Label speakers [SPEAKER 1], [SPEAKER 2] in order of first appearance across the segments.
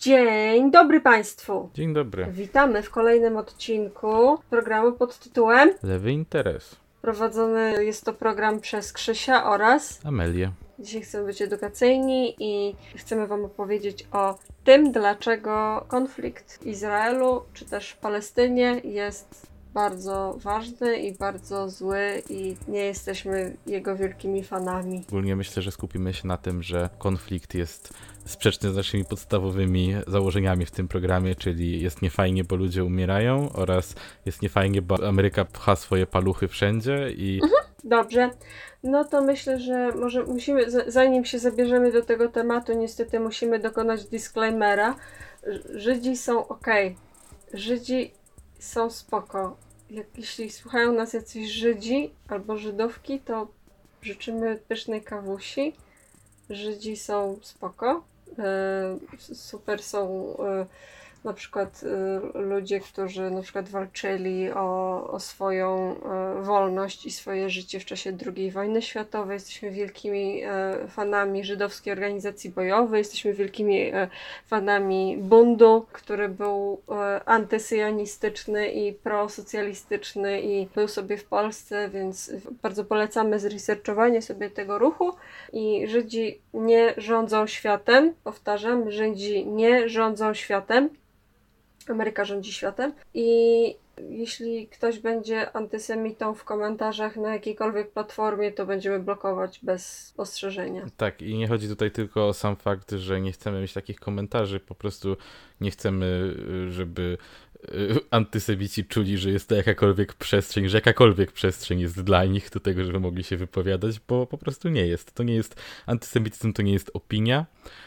[SPEAKER 1] Dzień dobry Państwu.
[SPEAKER 2] Dzień dobry.
[SPEAKER 1] Witamy w kolejnym odcinku programu pod tytułem
[SPEAKER 2] Lewy interes.
[SPEAKER 1] Prowadzony jest to program przez Krzysia oraz
[SPEAKER 2] Amelię.
[SPEAKER 1] Dzisiaj chcemy być edukacyjni i chcemy Wam opowiedzieć o tym, dlaczego konflikt Izraelu czy też Palestynie jest bardzo ważny i bardzo zły i nie jesteśmy jego wielkimi fanami.
[SPEAKER 2] Ogólnie myślę, że skupimy się na tym, że konflikt jest sprzeczny z naszymi podstawowymi założeniami w tym programie, czyli jest niefajnie, bo ludzie umierają oraz jest niefajnie, bo Ameryka pcha swoje paluchy wszędzie i...
[SPEAKER 1] Dobrze, no to myślę, że może musimy, zanim się zabierzemy do tego tematu, niestety musimy dokonać disclaimera. Żydzi są okej. Żydzi są spoko. Jeśli słuchają nas jacyś Żydzi albo Żydówki, to życzymy pysznej kawusi. Żydzi są spoko. Super są na przykład ludzie, którzy na przykład walczyli o swoją wolność i swoje życie w czasie II wojny światowej. Jesteśmy wielkimi fanami żydowskiej organizacji bojowej, jesteśmy wielkimi fanami bundu, który był antysyjonistyczny i prosocjalistyczny i był sobie w Polsce, więc bardzo polecamy zresearchowanie sobie tego ruchu. I Żydzi nie rządzą światem, powtarzam, Żydzi nie rządzą światem. Ameryka rządzi światem i jeśli ktoś będzie antysemitą w komentarzach na jakiejkolwiek platformie, to będziemy blokować bez ostrzeżenia.
[SPEAKER 2] Tak, i nie chodzi tutaj tylko o sam fakt, że nie chcemy mieć takich komentarzy, po prostu nie chcemy, żeby antysemici czuli, że jest to jakakolwiek przestrzeń jest dla nich do tego, żeby mogli się wypowiadać, bo po prostu nie jest. To nie jest antysemityzm, to nie jest opinia.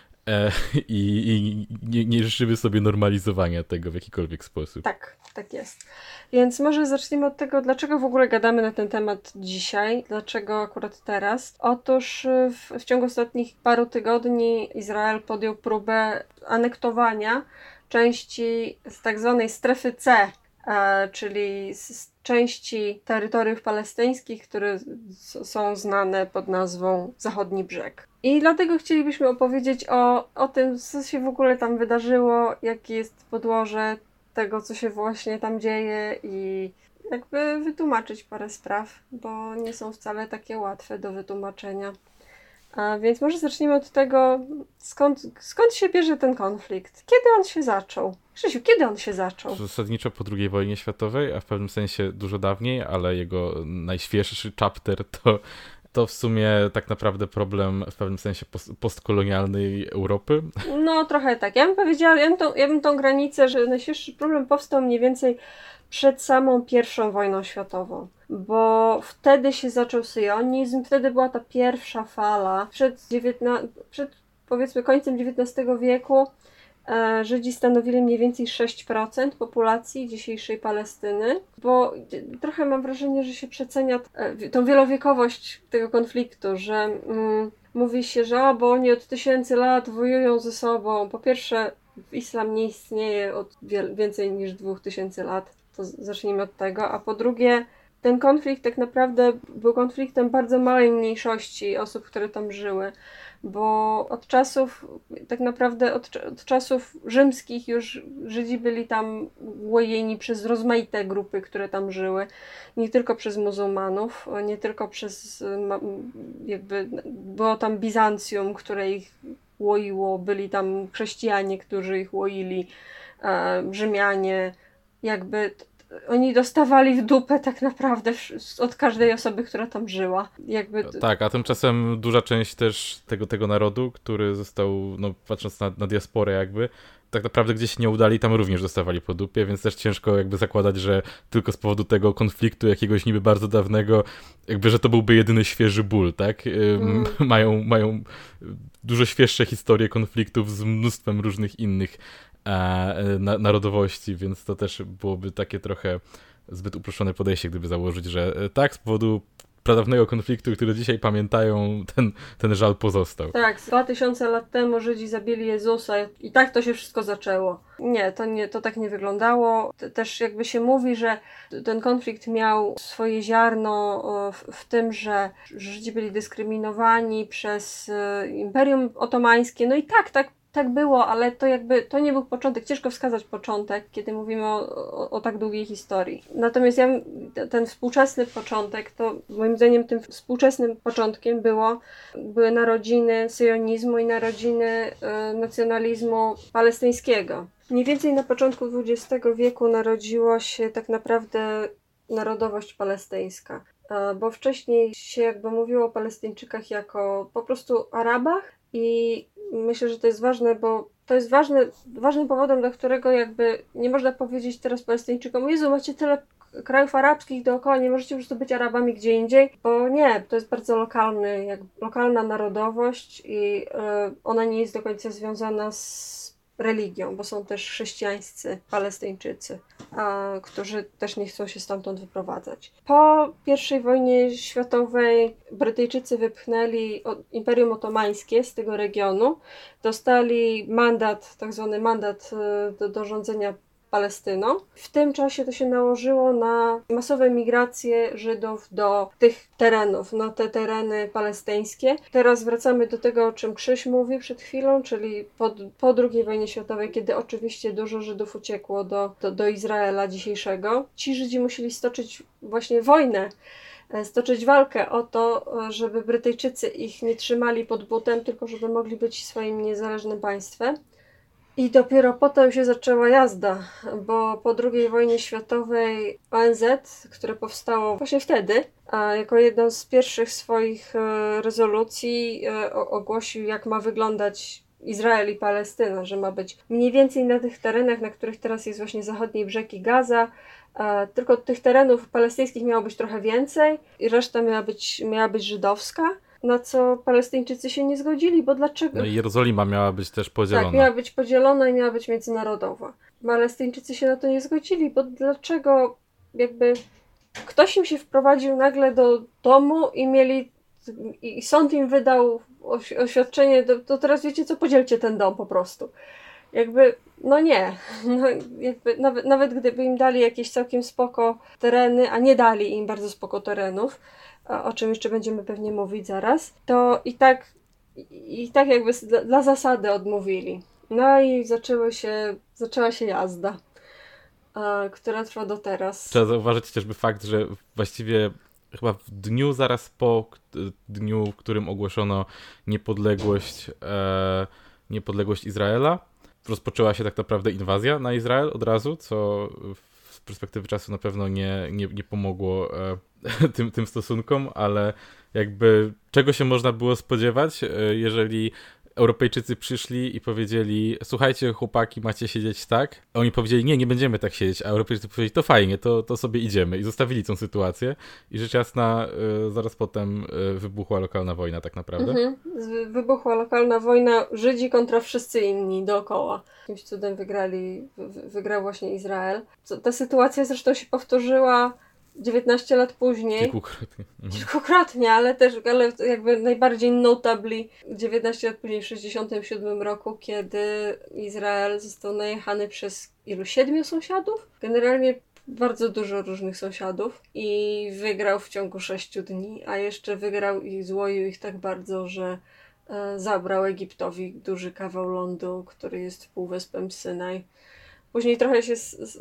[SPEAKER 2] I nie życzymy sobie normalizowania tego w jakikolwiek sposób.
[SPEAKER 1] Tak jest. Więc może zaczniemy od tego, dlaczego w ogóle gadamy na ten temat dzisiaj, dlaczego akurat teraz. Otóż w ciągu ostatnich paru tygodni Izrael podjął próbę anektowania części z tak zwanej strefy C, czyli z części terytoriów palestyńskich, które są znane pod nazwą Zachodni Brzeg. I dlatego chcielibyśmy opowiedzieć o tym, co się w ogóle tam wydarzyło, jakie jest podłoże tego, co się właśnie tam dzieje i jakby wytłumaczyć parę spraw, bo nie są wcale takie łatwe do wytłumaczenia. A więc może zacznijmy od tego, skąd się bierze ten konflikt? Kiedy on się zaczął? Krzysiu, kiedy on się zaczął?
[SPEAKER 2] Zasadniczo po II wojnie światowej, a w pewnym sensie dużo dawniej, ale jego najświeższy chapter to w sumie tak naprawdę problem w pewnym sensie postkolonialnej Europy.
[SPEAKER 1] No trochę tak. Ja bym powiedziała, ja bym tą granicę, że najświeższy problem powstał mniej więcej przed samą I wojną światową, bo wtedy się zaczął syjonizm, wtedy była ta pierwsza fala. Przed powiedzmy końcem XIX wieku Żydzi stanowili mniej więcej 6% populacji dzisiejszej Palestyny, bo trochę mam wrażenie, że się przecenia tą wielowiekowość tego konfliktu, że mówi się, że bo oni od 1000 lat wojują ze sobą. Po pierwsze, islam nie istnieje od więcej niż 2000 lat, to zacznijmy od tego, a po drugie, ten konflikt tak naprawdę był konfliktem bardzo małej mniejszości osób, które tam żyły, bo od czasów rzymskich już Żydzi byli tam łojeni przez rozmaite grupy, które tam żyły, nie tylko przez muzułmanów, nie tylko było tam Bizancjum, które ich łoiło, byli tam chrześcijanie, którzy ich łoili, Rzymianie, oni dostawali w dupę tak naprawdę od każdej osoby, która tam żyła.
[SPEAKER 2] Tak, a tymczasem duża część też tego narodu, który został, patrząc na diasporę jakby, tak naprawdę gdzieś nie udali, tam również dostawali po dupie, więc też ciężko jakby zakładać, że tylko z powodu tego konfliktu jakiegoś niby bardzo dawnego, jakby, że to byłby jedyny świeży ból, tak? Mają dużo świeższe historie konfliktów z mnóstwem różnych innych narodowości, więc to też byłoby takie trochę zbyt uproszczone podejście, gdyby założyć, że tak, z powodu pradawnego konfliktu, który dzisiaj pamiętają, ten żal pozostał.
[SPEAKER 1] Tak, 2000 lat temu Żydzi zabili Jezusa i tak to się wszystko zaczęło. Nie, to tak nie wyglądało. Też jakby się mówi, że ten konflikt miał swoje ziarno w tym, że Żydzi byli dyskryminowani przez Imperium Otomańskie. No i tak tak było, ale to jakby, to nie był początek, ciężko wskazać początek, kiedy mówimy o tak długiej historii. Natomiast ten współczesny początek, to moim zdaniem tym współczesnym początkiem były narodziny syjonizmu i narodziny nacjonalizmu palestyńskiego. Mniej więcej na początku XX wieku narodziła się tak naprawdę narodowość palestyńska, bo wcześniej się jakby mówiło o Palestyńczykach jako po prostu Arabach i myślę, że to jest ważne, bo to jest ważnym powodem, dla którego jakby nie można powiedzieć teraz Palestyńczykom: Jezu, macie tyle krajów arabskich dookoła, nie możecie po prostu być Arabami gdzie indziej, bo nie, to jest bardzo lokalna narodowość i ona nie jest do końca związana z religią, bo są też chrześcijańscy Palestyńczycy, którzy też nie chcą się stamtąd wyprowadzać. Po I wojnie światowej Brytyjczycy wypchnęli Imperium Otomańskie z tego regionu, dostali mandat, tak zwany mandat do rządzenia Palestyną. W tym czasie to się nałożyło na masowe migracje Żydów do tych terenów, na te tereny palestyńskie. Teraz wracamy do tego, o czym Krzyś mówił przed chwilą, czyli po II wojnie światowej, kiedy oczywiście dużo Żydów uciekło do Izraela dzisiejszego. Ci Żydzi musieli stoczyć właśnie wojnę, stoczyć walkę o to, żeby Brytyjczycy ich nie trzymali pod butem, tylko żeby mogli być swoim niezależnym państwem. I dopiero potem się zaczęła jazda, bo po II wojnie światowej ONZ, które powstało właśnie wtedy, jako jedną z pierwszych swoich rezolucji ogłosił, jak ma wyglądać Izrael i Palestyna, że ma być mniej więcej na tych terenach, na których teraz jest właśnie zachodni brzeg i Gaza, tylko tych terenów palestyńskich miało być trochę więcej i reszta miała być żydowska. Na co Palestyńczycy się nie zgodzili, bo dlaczego?
[SPEAKER 2] No i Jerozolima miała być też podzielona.
[SPEAKER 1] Tak, miała być podzielona i miała być międzynarodowa. Palestyńczycy się na to nie zgodzili, bo dlaczego jakby ktoś im się wprowadził nagle do domu i sąd im wydał oświadczenie, to teraz wiecie co, podzielcie ten dom po prostu. Jakby, no nie. No jakby nawet gdyby im dali jakieś całkiem spoko tereny, a nie dali im bardzo spoko terenów, o czym jeszcze będziemy pewnie mówić zaraz, to i tak jakby dla zasady odmówili. No i zaczęła się jazda, która trwa do teraz.
[SPEAKER 2] Trzeba zauważyć chociażby fakt, że właściwie chyba w dniu zaraz po dniu, w którym ogłoszono niepodległość Izraela, rozpoczęła się tak naprawdę inwazja na Izrael od razu, co z perspektywy czasu na pewno nie pomogło tym stosunkom, ale jakby czego się można było spodziewać, jeżeli Europejczycy przyszli i powiedzieli: słuchajcie chłopaki, macie siedzieć tak. A oni powiedzieli: nie będziemy tak siedzieć, a Europejczycy powiedzieli: to fajnie, to sobie idziemy. I zostawili tą sytuację i rzecz jasna zaraz potem wybuchła lokalna wojna tak naprawdę.
[SPEAKER 1] Wybuchła lokalna wojna, Żydzi kontra wszyscy inni dookoła. Jakimś cudem wygrał właśnie Izrael. Ta sytuacja zresztą się powtórzyła 19 lat później. Kilkukrotnie, ale jakby najbardziej notably 19 lat później, w 1967 roku, kiedy Izrael został najechany przez 7 sąsiadów? Generalnie bardzo dużo różnych sąsiadów i wygrał w ciągu 6 dni, a jeszcze wygrał i złoił ich tak bardzo, że zabrał Egiptowi duży kawał lądu, który jest półwyspem Synaj. Później trochę się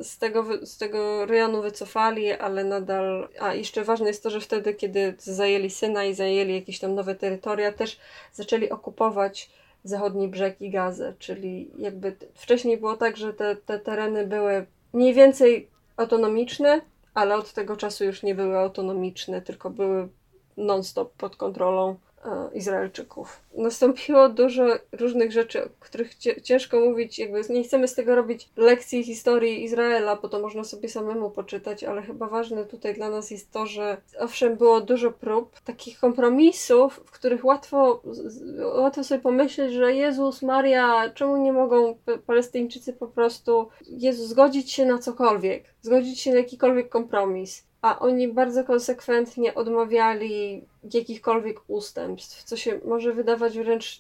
[SPEAKER 1] z tego rejonu wycofali, ale nadal... A jeszcze ważne jest to, że wtedy, kiedy zajęli Synaj i zajęli jakieś tam nowe terytoria, też zaczęli okupować zachodni brzeg i Gazę, czyli jakby wcześniej było tak, że te tereny były mniej więcej autonomiczne, ale od tego czasu już nie były autonomiczne, tylko były non-stop pod kontrolą Izraelczyków. Nastąpiło dużo różnych rzeczy, o których ciężko mówić, jakby nie chcemy z tego robić lekcji historii Izraela, bo to można sobie samemu poczytać, ale chyba ważne tutaj dla nas jest to, że owszem było dużo prób, takich kompromisów, w których łatwo sobie pomyśleć, że Jezus, Maria, czemu nie mogą Palestyńczycy po prostu zgodzić się na cokolwiek, zgodzić się na jakikolwiek kompromis. A oni bardzo konsekwentnie odmawiali jakichkolwiek ustępstw, co się może wydawać wręcz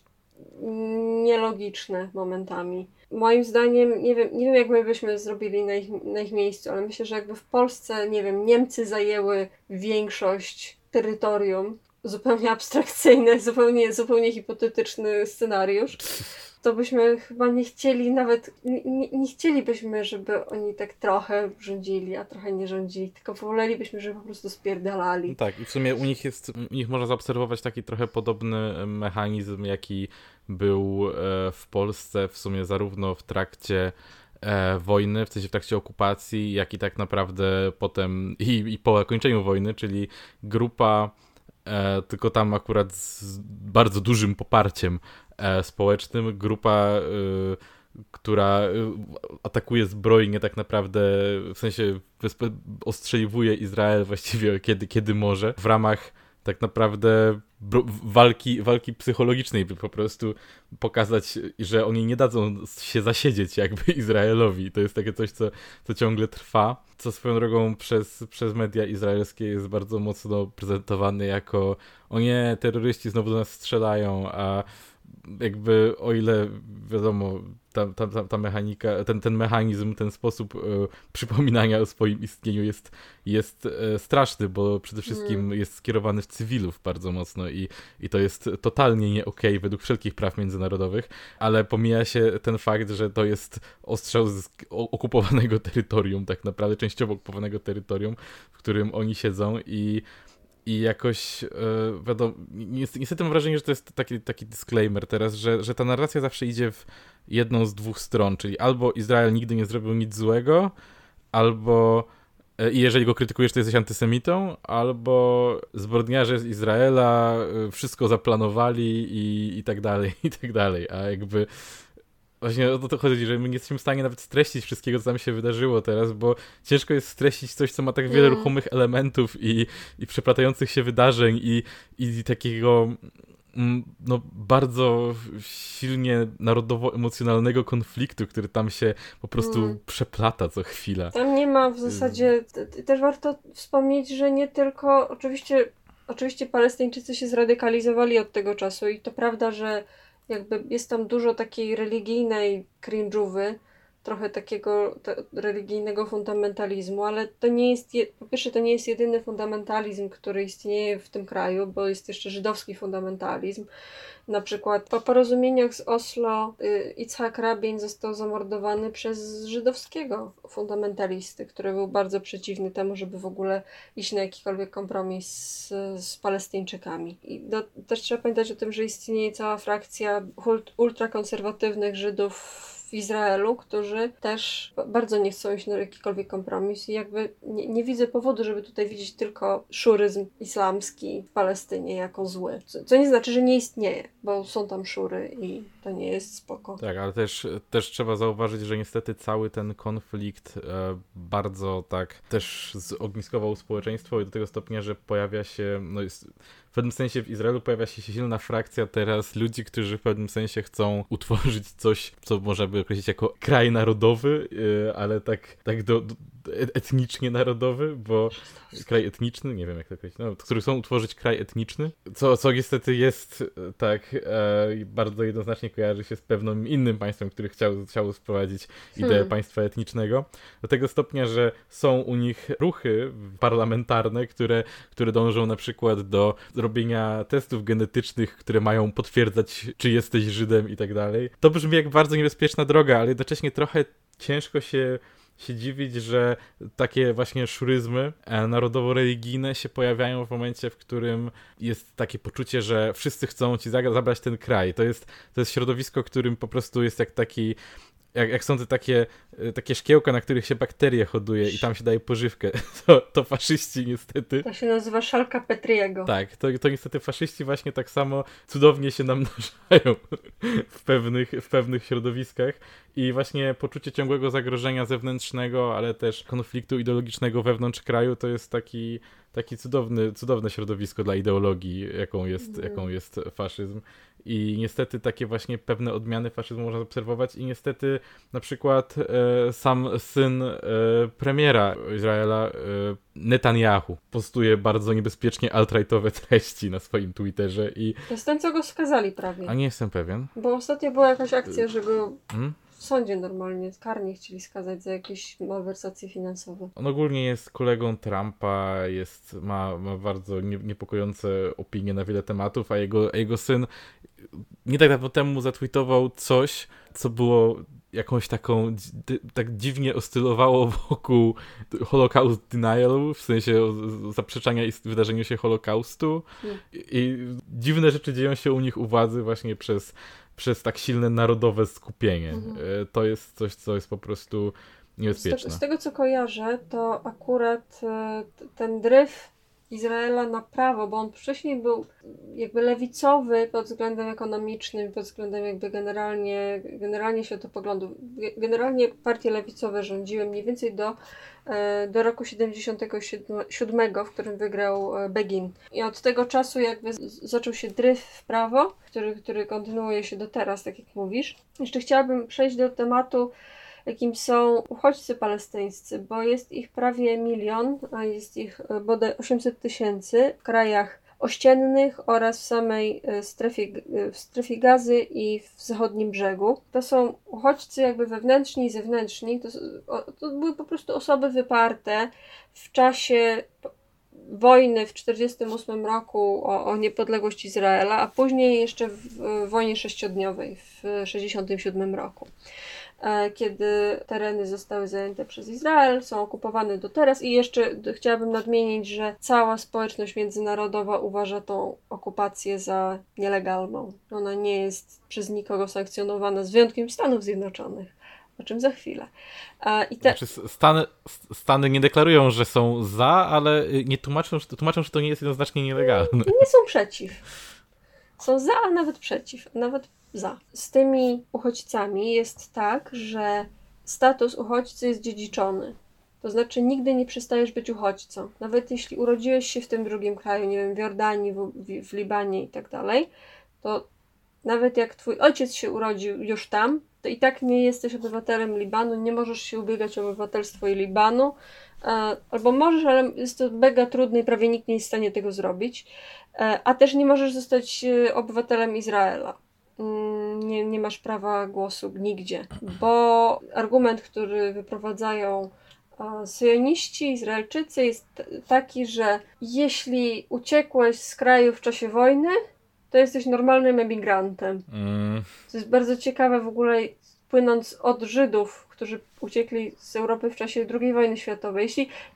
[SPEAKER 1] nielogiczne momentami. Moim zdaniem, nie wiem jak my byśmy zrobili na ich miejscu, ale myślę, że jakby w Polsce, nie wiem, Niemcy zajęły większość terytorium, zupełnie abstrakcyjne, zupełnie hipotetyczny scenariusz, to byśmy chyba nie chcieli nawet, nie chcielibyśmy, żeby oni tak trochę rządzili, a trochę nie rządzili, tylko wolelibyśmy, żeby po prostu spierdalali.
[SPEAKER 2] No tak, i w sumie u nich można zaobserwować taki trochę podobny mechanizm, jaki był w Polsce w sumie zarówno w trakcie wojny, w sensie w trakcie okupacji, jak i tak naprawdę potem i po zakończeniu wojny, czyli grupa, tylko tam akurat z bardzo dużym poparciem społecznym, grupa, która atakuje zbrojnie tak naprawdę, w sensie ostrzeliwuje Izrael właściwie kiedy może, w ramach tak naprawdę walki psychologicznej, by po prostu pokazać, że oni nie dadzą się zasiedzieć jakby Izraelowi. To jest takie coś, co ciągle trwa, co swoją drogą przez media izraelskie jest bardzo mocno prezentowane jako o nie, terroryści znowu do nas strzelają, a jakby o ile wiadomo, ta mechanika, ten mechanizm, ten sposób przypominania o swoim istnieniu jest straszny, bo przede wszystkim jest skierowany w cywilów bardzo mocno i to jest totalnie nie okej według wszelkich praw międzynarodowych, ale pomija się ten fakt, że to jest ostrzał z okupowanego terytorium, tak naprawdę częściowo okupowanego terytorium, w którym oni siedzą i jakoś, wiadomo, niestety mam wrażenie, że to jest taki disclaimer teraz, że ta narracja zawsze idzie w jedną z dwóch stron, czyli albo Izrael nigdy nie zrobił nic złego, albo i jeżeli go krytykujesz, to jesteś antysemitą, albo zbrodniarze z Izraela wszystko zaplanowali i tak dalej, a jakby właśnie o to chodzi, że my nie jesteśmy w stanie nawet streścić wszystkiego, co tam się wydarzyło teraz, bo ciężko jest streścić coś, co ma tak wiele ruchomych elementów i przeplatających się wydarzeń i takiego no, bardzo silnie narodowo-emocjonalnego konfliktu, który tam się po prostu przeplata co chwila.
[SPEAKER 1] Tam nie ma w zasadzie, też warto wspomnieć, że nie tylko, oczywiście Palestyńczycy się zradykalizowali od tego czasu i to prawda, że jakby jest tam dużo takiej religijnej cringe'ówy, trochę takiego religijnego fundamentalizmu, ale to nie jest, po pierwsze to nie jest jedyny fundamentalizm, który istnieje w tym kraju, bo jest jeszcze żydowski fundamentalizm. Na przykład po porozumieniach z Oslo Itzhak Rabin został zamordowany przez żydowskiego fundamentalisty, który był bardzo przeciwny temu, żeby w ogóle iść na jakikolwiek kompromis z Palestyńczykami. I też trzeba pamiętać o tym, że istnieje cała frakcja ultrakonserwatywnych Żydów w Izraelu, którzy też bardzo nie chcą iść na jakikolwiek kompromis i jakby nie widzę powodu, żeby tutaj widzieć tylko szuryzm islamski w Palestynie jako zły. Co nie znaczy, że nie istnieje, bo są tam szury i to nie jest spoko.
[SPEAKER 2] Tak, ale też trzeba zauważyć, że niestety cały ten konflikt bardzo tak też zogniskował społeczeństwo i do tego stopnia, że pojawia się, no jest, w pewnym sensie w Izraelu pojawia się silna frakcja teraz ludzi, którzy w pewnym sensie chcą utworzyć coś, co można by określić jako kraj narodowy, ale tak etnicznie narodowy, bo kraj etniczny, nie wiem jak to określić, no, którzy chcą utworzyć kraj etniczny, co niestety jest tak bardzo jednoznacznie kojarzy się z pewnym innym państwem, który chciał wprowadzić ideę państwa etnicznego. Do tego stopnia, że są u nich ruchy parlamentarne, które dążą na przykład do robienia testów genetycznych, które mają potwierdzać, czy jesteś Żydem i tak dalej. To brzmi jak bardzo niebezpieczna droga, ale jednocześnie trochę ciężko się dziwić, że takie właśnie szuryzmy narodowo-religijne się pojawiają w momencie, w którym jest takie poczucie, że wszyscy chcą ci zabrać ten kraj. To jest środowisko, którym po prostu jest jak taki jak są te takie szkiełka, na których się bakterie hoduje i tam się daje pożywkę, to faszyści niestety...
[SPEAKER 1] To się nazywa szalka Petriego.
[SPEAKER 2] Tak, to niestety faszyści właśnie tak samo cudownie się namnażają w pewnych środowiskach i właśnie poczucie ciągłego zagrożenia zewnętrznego, ale też konfliktu ideologicznego wewnątrz kraju to jest taki cudowne środowisko dla ideologii, jaką jest faszyzm. I niestety takie właśnie pewne odmiany faszyzmu można obserwować i niestety na przykład sam syn premiera Izraela, Netanyahu, postuje bardzo niebezpiecznie alt-rightowe treści na swoim Twitterze i...
[SPEAKER 1] To jest ten, co go skazali prawie.
[SPEAKER 2] A nie jestem pewien.
[SPEAKER 1] Bo ostatnio była jakaś akcja, że go w sądzie normalnie, karnie chcieli skazać za jakieś malwersacje finansowe.
[SPEAKER 2] On ogólnie jest kolegą Trumpa, ma bardzo niepokojące opinie na wiele tematów, a jego syn nie tak dawno temu zatweetował coś, co było jakąś taką, tak dziwnie oscylowało wokół Holocaust denialu, w sensie zaprzeczania wydarzeniu się Holokaustu. I dziwne rzeczy dzieją się u nich u władzy właśnie przez tak silne narodowe skupienie. To jest coś, co jest po prostu niebezpieczne.
[SPEAKER 1] Z tego, co kojarzę, to akurat ten dryf Izraela na prawo, bo on wcześniej był jakby lewicowy pod względem ekonomicznym, pod względem jakby generalnie światopoglądów. Generalnie partie lewicowe rządziły mniej więcej do roku 77, w którym wygrał Begin. I od tego czasu jakby zaczął się dryf w prawo, który kontynuuje się do teraz, tak jak mówisz. Jeszcze chciałabym przejść do tematu, jakim są uchodźcy palestyńscy, bo jest ich prawie 1 milion, a jest ich bodaj 800 000 w krajach ościennych oraz w samej strefie Gazy i w zachodnim brzegu. To są uchodźcy jakby wewnętrzni i zewnętrzni. To były po prostu osoby wyparte w czasie wojny w 1948 roku o niepodległość Izraela, a później jeszcze w wojnie sześciodniowej w 1967 roku. Kiedy tereny zostały zajęte przez Izrael, są okupowane do teraz i jeszcze chciałabym nadmienić, że cała społeczność międzynarodowa uważa tą okupację za nielegalną. Ona nie jest przez nikogo sankcjonowana, z wyjątkiem Stanów Zjednoczonych, o czym za chwilę.
[SPEAKER 2] Znaczy Stany nie deklarują, że są za, ale nie tłumaczą, że to nie jest jednoznacznie nielegalne.
[SPEAKER 1] Nie są przeciw. Są za, a nawet przeciw. Nawet za. Z tymi uchodźcami jest tak, że status uchodźcy jest dziedziczony. To znaczy nigdy nie przestajesz być uchodźcą. Nawet jeśli urodziłeś się w tym drugim kraju, nie wiem, w Jordanii, w Libanie i tak dalej, to nawet jak twój ojciec się urodził już tam, to i tak nie jesteś obywatelem Libanu, nie możesz się ubiegać o obywatelstwo i Libanu, albo możesz, ale jest to mega trudne i prawie nikt nie jest w stanie tego zrobić, a też nie możesz zostać obywatelem Izraela. Nie masz prawa głosu nigdzie, bo argument, który wyprowadzają syjoniści, Izraelczycy jest taki, że jeśli uciekłeś z kraju w czasie wojny, to jesteś normalnym emigrantem. To jest bardzo ciekawe w ogóle, płynąc od Żydów, którzy uciekli z Europy w czasie II wojny światowej.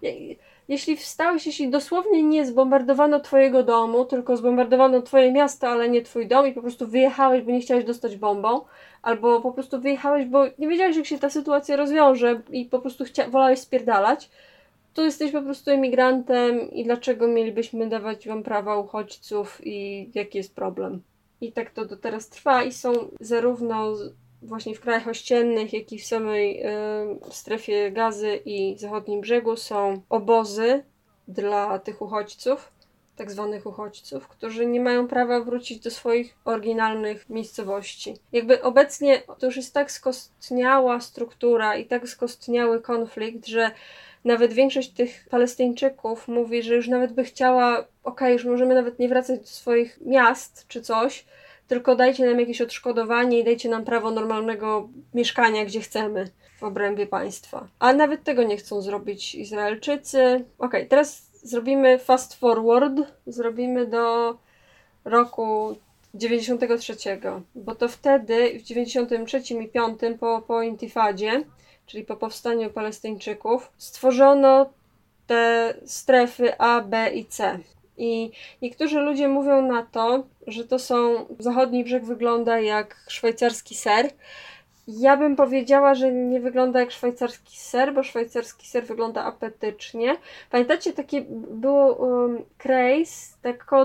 [SPEAKER 1] Jeśli dosłownie nie zbombardowano twojego domu, tylko zbombardowano twoje miasto, ale nie twój dom i po prostu wyjechałeś, bo nie chciałeś dostać bombą, albo po prostu wyjechałeś, bo nie wiedziałeś, jak się ta sytuacja rozwiąże i po prostu wolałeś spierdalać, to jesteś po prostu emigrantem i dlaczego mielibyśmy dawać wam prawa uchodźców i jaki jest problem? I tak to do teraz trwa i są zarówno właśnie w krajach ościennych, jak i w samej strefie Gazy i zachodnim brzegu są obozy dla tych uchodźców, tak zwanych uchodźców, którzy nie mają prawa wrócić do swoich oryginalnych miejscowości. Jakby obecnie to już jest tak skostniała struktura i tak skostniały konflikt, że nawet większość tych Palestyńczyków mówi, że już nawet by chciała, już możemy nawet nie wracać do swoich miast czy coś, tylko dajcie nam jakieś odszkodowanie i dajcie nam prawo normalnego mieszkania, gdzie chcemy w obrębie państwa. A nawet tego nie chcą zrobić Izraelczycy. Teraz zrobimy fast forward, zrobimy do roku 93, bo to wtedy w 93 i 5 po intifadzie, czyli po powstaniu Palestyńczyków, stworzono te strefy A, B i C. I niektórzy ludzie mówią na to, że to zachodni brzeg wygląda jak szwajcarski ser. Ja bym powiedziała, że nie wygląda jak szwajcarski ser, bo szwajcarski ser wygląda apetycznie. Pamiętacie, takie było craze, tak około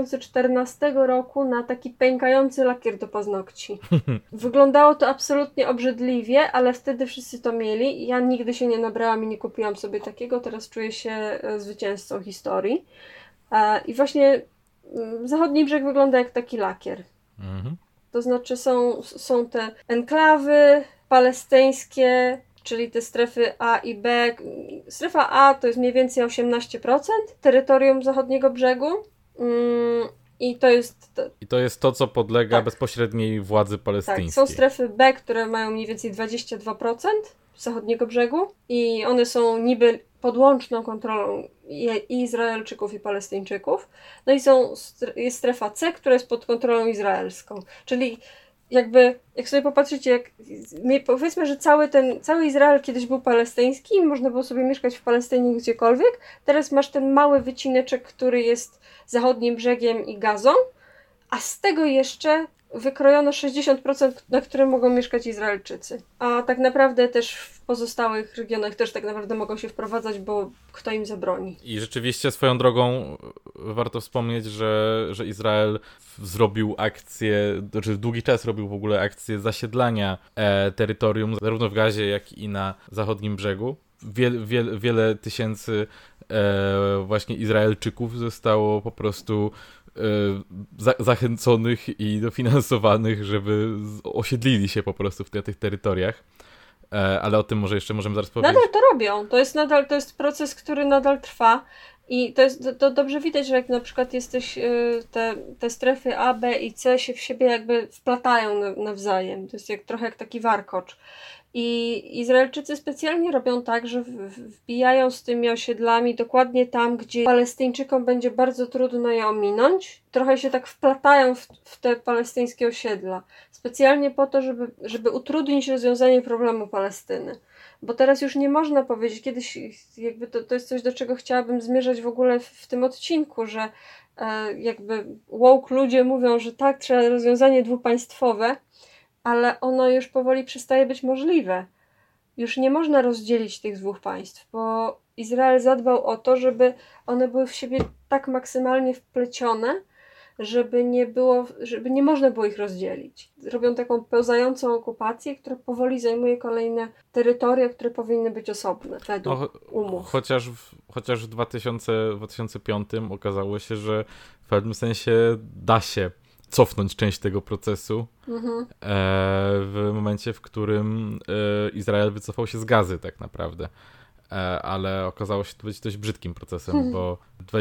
[SPEAKER 1] 2014 roku, na taki pękający lakier do paznokci. Wyglądało to absolutnie obrzydliwie, ale wtedy wszyscy to mieli. Ja nigdy się nie nabrałam i nie kupiłam sobie takiego, teraz czuję się zwycięzcą historii. I właśnie zachodni brzeg wygląda jak taki lakier. To znaczy są te enklawy palestyńskie, czyli te strefy A i B. Strefa A to jest mniej więcej 18% terytorium zachodniego brzegu
[SPEAKER 2] I to jest to, co podlega bezpośredniej władzy palestyńskiej.
[SPEAKER 1] Tak, są strefy B, które mają mniej więcej 22% zachodniego brzegu i one są niby pod łączną kontrolą i Izraelczyków, i Palestyńczyków. No i jest strefa C, która jest pod kontrolą izraelską. Czyli jakby, jak sobie popatrzycie, powiedzmy, że cały Izrael kiedyś był palestyński i można było sobie mieszkać w Palestynie gdziekolwiek. Teraz masz ten mały wycineczek, który jest zachodnim brzegiem i Gazą, a z tego jeszcze wykrojono 60%, na którym mogą mieszkać Izraelczycy. A tak naprawdę też w pozostałych regionach też tak naprawdę mogą się wprowadzać, bo kto im zabroni.
[SPEAKER 2] I rzeczywiście swoją drogą warto wspomnieć, że Izrael zrobił akcję, znaczy długi czas robił w ogóle akcję zasiedlania terytorium zarówno w Gazie, jak i na zachodnim brzegu. Wiele tysięcy właśnie Izraelczyków zostało po prostu zachęconych i dofinansowanych, żeby osiedlili się po prostu na tych terytoriach. Ale o tym może jeszcze możemy zaraz powiedzieć.
[SPEAKER 1] Nadal to robią. To jest proces, który nadal trwa. I to dobrze widać, że jak na przykład jesteś, te strefy A, B i C się w siebie jakby wplatają nawzajem. To jest trochę jak taki warkocz. I Izraelczycy specjalnie robią tak, że wbijają z tymi osiedlami dokładnie tam, gdzie Palestyńczykom będzie bardzo trudno je ominąć. Trochę się tak wplatają w te palestyńskie osiedla. Specjalnie po to, żeby utrudnić rozwiązanie problemu Palestyny. Bo teraz już nie można powiedzieć, kiedyś jakby to jest coś, do czego chciałabym zmierzać w ogóle w tym odcinku, że jakby woke ludzie mówią, że tak, trzeba rozwiązanie dwupaństwowe, ale ono już powoli przestaje być możliwe. Już nie można rozdzielić tych dwóch państw, bo Izrael zadbał o to, żeby one były w siebie tak maksymalnie wplecione, żeby nie można było ich rozdzielić. Robią taką pełzającą okupację, która powoli zajmuje kolejne terytoria, które powinny być osobne według umów.
[SPEAKER 2] Chociaż w 2005 okazało się, że w pewnym sensie da się cofnąć część tego procesu w momencie, w którym Izrael wycofał się z Gazy tak naprawdę. Ale okazało się to być dość brzydkim procesem, bo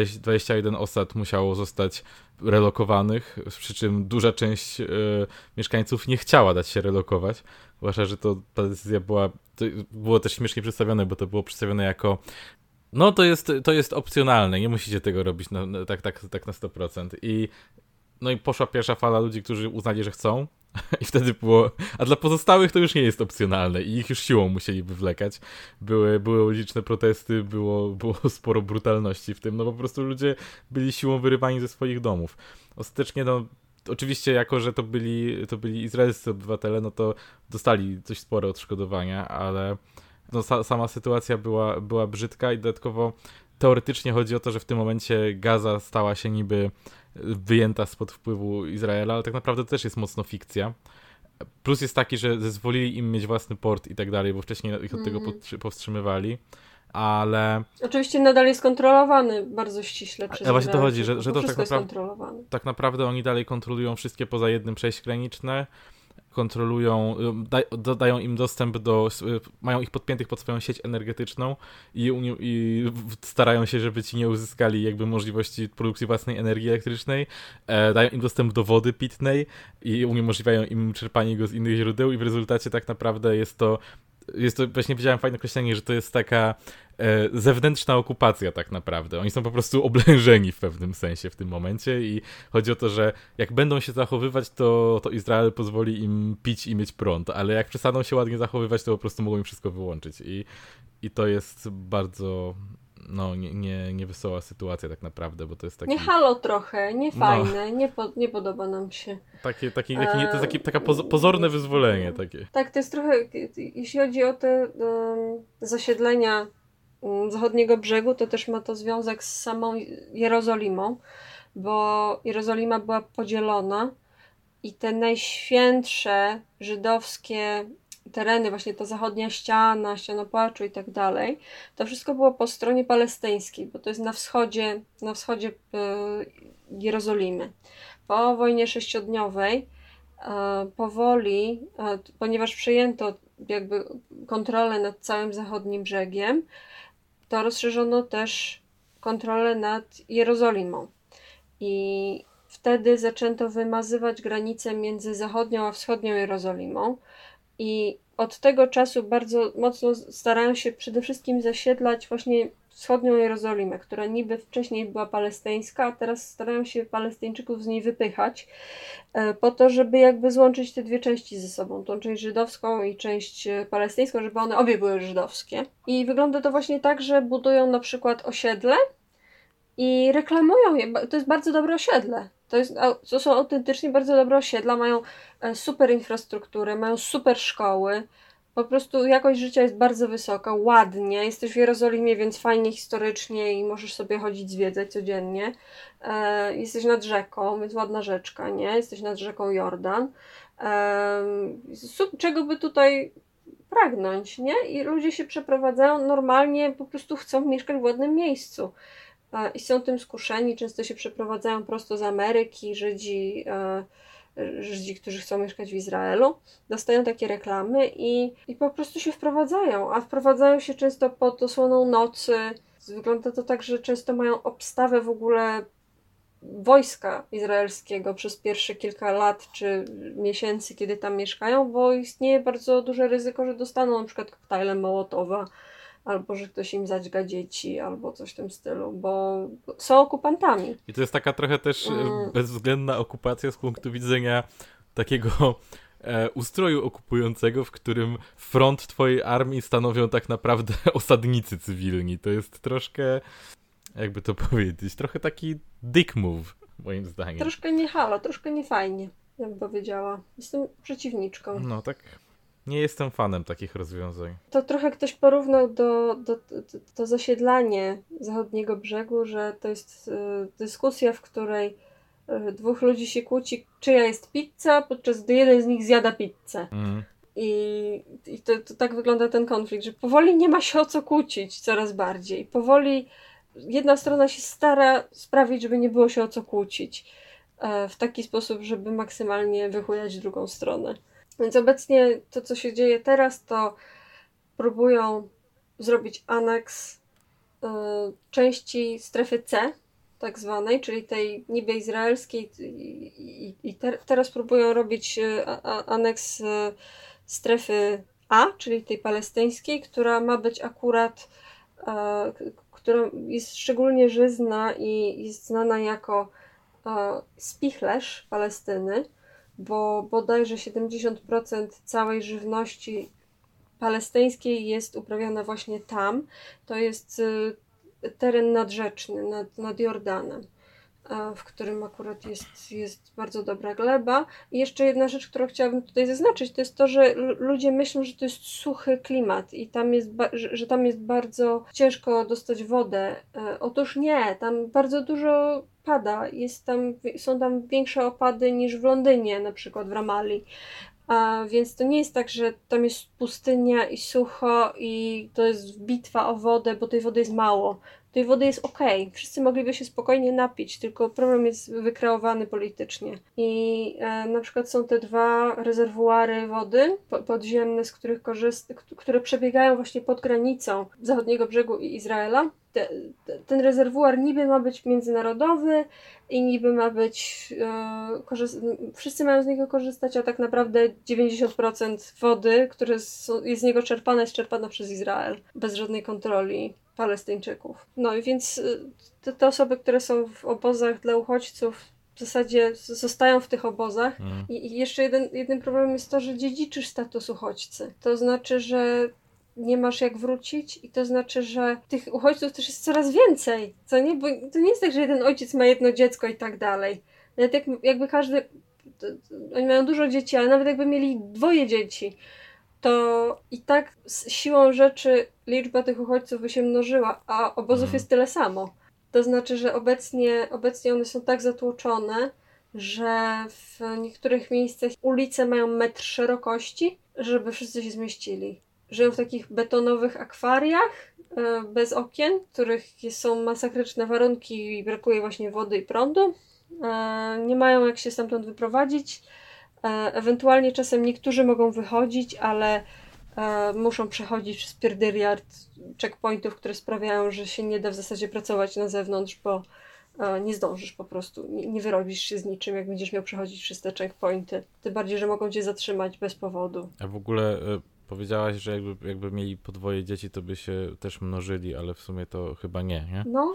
[SPEAKER 2] 21 osad musiało zostać relokowanych, przy czym duża część mieszkańców nie chciała dać się relokować, zwłaszcza, że ta decyzja było też śmiesznie przedstawione, bo to było przedstawione jako no to jest opcjonalne, nie musicie tego robić tak na 100%. No i poszła pierwsza fala ludzi, którzy uznali, że chcą. I wtedy było... A dla pozostałych to już nie jest opcjonalne i ich już siłą musieli wywlekać. Były liczne protesty, było sporo brutalności w tym. No po prostu ludzie byli siłą wyrywani ze swoich domów. Ostatecznie, no oczywiście jako, że to byli izraelscy obywatele, no to dostali dość spore odszkodowania, ale no sama sytuacja była brzydka i dodatkowo teoretycznie chodzi o to, że w tym momencie Gaza stała się niby wyjęta spod wpływu Izraela, ale tak naprawdę to też jest mocno fikcja. Plus jest taki, że zezwolili im mieć własny port i tak dalej, bo wcześniej ich od tego powstrzymywali, ale...
[SPEAKER 1] Oczywiście nadal jest kontrolowany bardzo ściśle przez Izrael.
[SPEAKER 2] Właśnie to chodzi, że to
[SPEAKER 1] tak
[SPEAKER 2] naprawdę oni dalej kontrolują wszystkie poza jednym przejść graniczne, kontrolują, dają im dostęp mają ich podpiętych pod swoją sieć energetyczną i starają się, żeby ci nie uzyskali jakby możliwości produkcji własnej energii elektrycznej, dają im dostęp do wody pitnej i uniemożliwiają im czerpanie go z innych źródeł i w rezultacie tak naprawdę jest to, właśnie widziałem fajne określenie, że to jest taka zewnętrzna okupacja tak naprawdę. Oni są po prostu oblężeni w pewnym sensie w tym momencie i chodzi o to, że jak będą się zachowywać, to Izrael pozwoli im pić i mieć prąd, ale jak przestaną się ładnie zachowywać, to po prostu mogą im wszystko wyłączyć i to jest bardzo... No, niewesoła sytuacja tak naprawdę, bo to jest taki...
[SPEAKER 1] Nie halo trochę, nie fajne, nie podoba nam się.
[SPEAKER 2] To jest takie pozorne wyzwolenie takie.
[SPEAKER 1] Tak, to jest trochę, jeśli chodzi o te zasiedlenia zachodniego brzegu, to też ma to związek z samą Jerozolimą, bo Jerozolima była podzielona i te najświętsze żydowskie tereny, właśnie ta zachodnia ściana płaczu i tak dalej, to wszystko było po stronie palestyńskiej, bo to jest na wschodzie Jerozolimy. Po wojnie sześciodniowej powoli, ponieważ przejęto jakby kontrolę nad całym zachodnim brzegiem, to rozszerzono też kontrolę nad Jerozolimą. I w wtedy zaczęto wymazywać granicę między zachodnią a wschodnią Jerozolimą i od tego czasu bardzo mocno starają się przede wszystkim zasiedlać właśnie wschodnią Jerozolimę, która niby wcześniej była palestyńska, a teraz starają się Palestyńczyków z niej wypychać, po to, żeby jakby złączyć te dwie części ze sobą, tą część żydowską i część palestyńską, żeby one obie były żydowskie. I wygląda to właśnie tak, że budują na przykład osiedle i reklamują je. To jest bardzo dobre osiedle. To są autentycznie bardzo dobre osiedla, mają super infrastrukturę, mają super szkoły. Po prostu jakość życia jest bardzo wysoka, ładnie. Jesteś w Jerozolimie, więc fajnie historycznie i możesz sobie chodzić, zwiedzać codziennie. Jesteś nad rzeką, więc ładna rzeczka, nie? Jesteś nad rzeką Jordan. Czego by tutaj pragnąć, nie? I ludzie się przeprowadzają normalnie, po prostu chcą mieszkać w ładnym miejscu. I są tym skuszeni, często się przeprowadzają prosto z Ameryki, Żydzi, którzy chcą mieszkać w Izraelu, dostają takie reklamy i po prostu się wprowadzają, a wprowadzają się często pod osłoną nocy. Wygląda to tak, że często mają obstawę w ogóle wojska izraelskiego przez pierwsze kilka lat czy miesięcy, kiedy tam mieszkają, bo istnieje bardzo duże ryzyko, że dostaną na przykład koktajlem Mołotowa, albo że ktoś im zadźga dzieci, albo coś w tym stylu, bo są okupantami.
[SPEAKER 2] I to jest taka trochę też bezwzględna okupacja z punktu widzenia takiego ustroju okupującego, w którym front twojej armii stanowią tak naprawdę osadnicy cywilni. To jest troszkę, jakby to powiedzieć, trochę taki dick move, moim zdaniem.
[SPEAKER 1] Troszkę nie halo, troszkę nie fajnie, jak bym powiedziała. Jestem przeciwniczką.
[SPEAKER 2] No tak. Nie jestem fanem takich rozwiązań.
[SPEAKER 1] To trochę ktoś porównał do zasiedlanie zachodniego brzegu, że to jest dyskusja, w której dwóch ludzi się kłóci, czyja jest pizza, podczas gdy jeden z nich zjada pizzę. I to tak wygląda ten konflikt, że powoli nie ma się o co kłócić coraz bardziej. Powoli jedna strona się stara sprawić, żeby nie było się o co kłócić. W taki sposób, żeby maksymalnie wychujać drugą stronę. Więc obecnie to, co się dzieje teraz, to próbują zrobić aneks części strefy C, tak zwanej, czyli tej niby izraelskiej teraz próbują robić aneks strefy A, czyli tej palestyńskiej, która ma być akurat, która jest szczególnie żyzna i jest znana jako spichlerz Palestyny, bo bodajże 70% całej żywności palestyńskiej jest uprawiana właśnie tam. To jest teren nadrzeczny, nad Jordanem, w którym akurat jest bardzo dobra gleba. I jeszcze jedna rzecz, którą chciałabym tutaj zaznaczyć, to jest to, że ludzie myślą, że to jest suchy klimat i że tam jest bardzo ciężko dostać wodę. Otóż nie, tam bardzo dużo pada. Są tam większe opady niż w Londynie, na przykład w Ramalli. Więc to nie jest tak, że tam jest pustynia i sucho i to jest bitwa o wodę, bo tej wody jest mało. Tej wody jest okej. Wszyscy mogliby się spokojnie napić, tylko problem jest wykreowany politycznie. I na przykład są te dwa rezerwuary wody podziemne, z których które przebiegają właśnie pod granicą zachodniego brzegu i Izraela. Ten rezerwuar niby ma być międzynarodowy i niby ma być wszyscy mają z niego korzystać, a tak naprawdę 90% wody, które jest z niego czerpane, jest czerpana przez Izrael bez żadnej kontroli Palestyńczyków. No i więc te osoby, które są w obozach dla uchodźców, w zasadzie zostają w tych obozach. I jeszcze jeden problem jest to, że dziedziczysz status uchodźcy. To znaczy, że nie masz jak wrócić i to znaczy, że tych uchodźców też jest coraz więcej, co nie? Bo to nie jest tak, że jeden ojciec ma jedno dziecko i tak dalej. Nawet jakby każdy, oni mają dużo dzieci, ale nawet jakby mieli 2 dzieci, to i tak z siłą rzeczy liczba tych uchodźców by się mnożyła, a obozów jest tyle samo. To znaczy, że obecnie one są tak zatłoczone, że w niektórych miejscach ulice mają 1 metr szerokości, żeby wszyscy się zmieścili. Żyją w takich betonowych akwariach bez okien, w których są masakryczne warunki i brakuje właśnie wody i prądu. Nie mają jak się stamtąd wyprowadzić. Ewentualnie czasem niektórzy mogą wychodzić, ale muszą przechodzić przez pierdyliard checkpointów, które sprawiają, że się nie da w zasadzie pracować na zewnątrz, bo nie zdążysz po prostu, nie wyrobisz się z niczym, jak będziesz miał przechodzić przez te checkpointy. Tym bardziej, że mogą cię zatrzymać bez powodu.
[SPEAKER 2] A w ogóle powiedziałaś, że jakby mieli podwoje dzieci, to by się też mnożyli, ale w sumie to chyba nie?
[SPEAKER 1] No.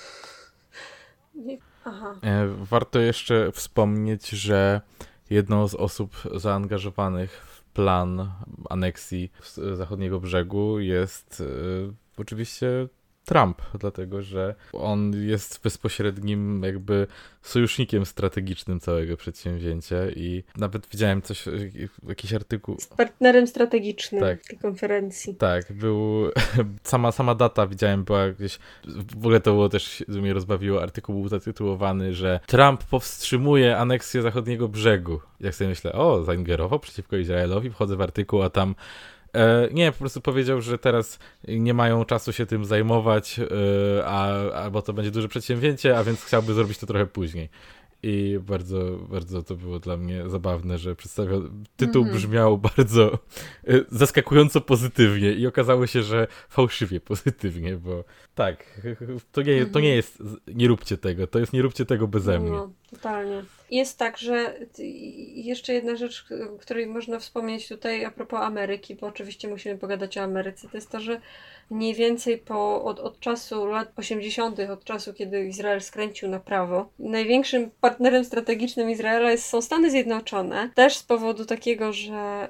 [SPEAKER 1] Aha.
[SPEAKER 2] Warto jeszcze wspomnieć, że jedną z osób zaangażowanych w plan aneksji zachodniego brzegu jest oczywiście Trump, dlatego że on jest bezpośrednim jakby sojusznikiem strategicznym całego przedsięwzięcia i nawet widziałem jakiś artykuł.
[SPEAKER 1] Z partnerem strategicznym
[SPEAKER 2] Tak.
[SPEAKER 1] tej konferencji.
[SPEAKER 2] Tak, sama data widziałem, była gdzieś, w ogóle to było też, mnie rozbawiło, artykuł był zatytułowany, że Trump powstrzymuje aneksję zachodniego brzegu. Jak sobie myślę, zaingerował przeciwko Izraelowi, wchodzę w artykuł, a tam nie, po prostu powiedział, że teraz nie mają czasu się tym zajmować, albo to będzie duże przedsięwzięcie, a więc chciałby zrobić to trochę później. I bardzo, bardzo to było dla mnie zabawne, że tytuł brzmiał bardzo zaskakująco pozytywnie i okazało się, że fałszywie pozytywnie, bo tak, to nie jest nie róbcie tego, to jest nie róbcie tego beze mnie.
[SPEAKER 1] No, totalnie. Jest tak, że jeszcze jedna rzecz, o której można wspomnieć tutaj a propos Ameryki, bo oczywiście musimy pogadać o Ameryce, to jest to, że mniej więcej od czasu lat 80., od czasu, kiedy Izrael skręcił na prawo, największym partnerem strategicznym Izraela są Stany Zjednoczone. Też z powodu takiego, że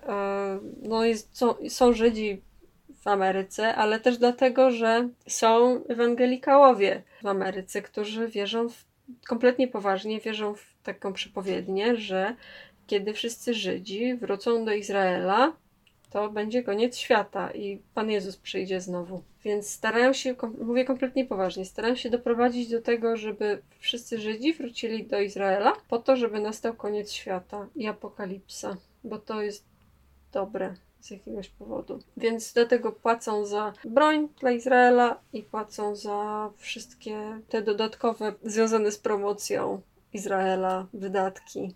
[SPEAKER 1] są Żydzi w Ameryce, ale też dlatego, że są ewangelikałowie w Ameryce, którzy kompletnie poważnie wierzą w taką przypowiednię, że kiedy wszyscy Żydzi wrócą do Izraela, to będzie koniec świata i Pan Jezus przyjdzie znowu. Więc starają się, mówię kompletnie poważnie, starają się doprowadzić do tego, żeby wszyscy Żydzi wrócili do Izraela po to, żeby nastał koniec świata i apokalipsa, bo to jest dobre z jakiegoś powodu. Więc dlatego płacą za broń dla Izraela i płacą za wszystkie te dodatkowe związane z promocją Izraela wydatki.